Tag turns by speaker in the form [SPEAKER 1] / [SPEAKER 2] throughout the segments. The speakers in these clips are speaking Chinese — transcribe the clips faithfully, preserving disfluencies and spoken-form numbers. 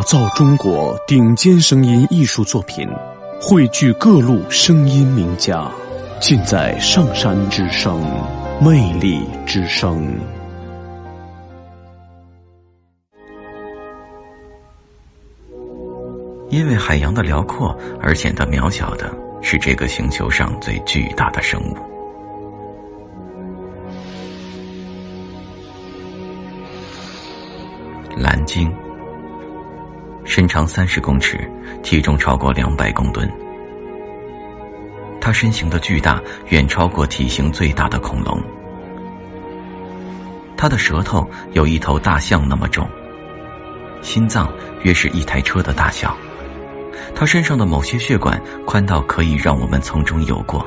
[SPEAKER 1] 造中国顶尖声音艺术作品，汇聚各路声音名家，尽在上山之声，魅力之声。
[SPEAKER 2] 因为海洋的辽阔而显得渺小的是这个星球上最巨大的生物。蓝鲸，身长三十公尺，体重超过两百公吨。它身形的巨大远超过体型最大的恐龙。它的舌头有一头大象那么重，心脏约是一台车的大小。它身上的某些血管宽到可以让我们从中游过。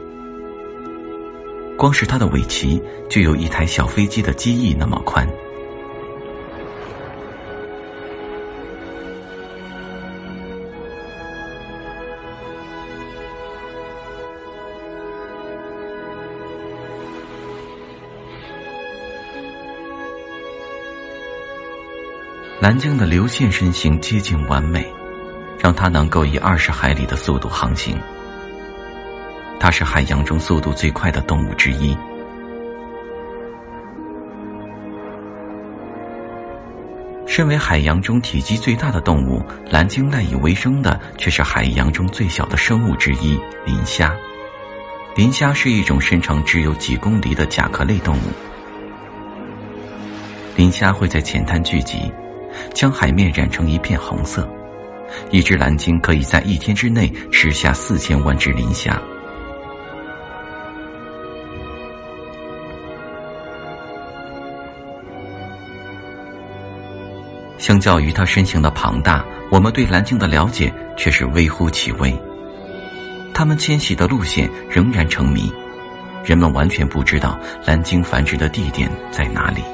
[SPEAKER 2] 光是它的尾鳍就有一台小飞机的机翼那么宽。蓝鲸的流线身形接近完美，让它能够以二十海里的速度航行。它是海洋中速度最快的动物之一。身为海洋中体积最大的动物，蓝鲸赖以为生的却是海洋中最小的生物之一——磷虾。磷虾是一种身长只有几公里的甲壳类动物。磷虾会在浅滩聚集，将海面染成一片红色。一只蓝鲸可以在一天之内吃下四千万只磷虾。相较于它身形的庞大，我们对蓝鲸的了解却是微乎其微。它们迁徙的路线仍然成谜，人们完全不知道蓝鲸繁殖的地点在哪里。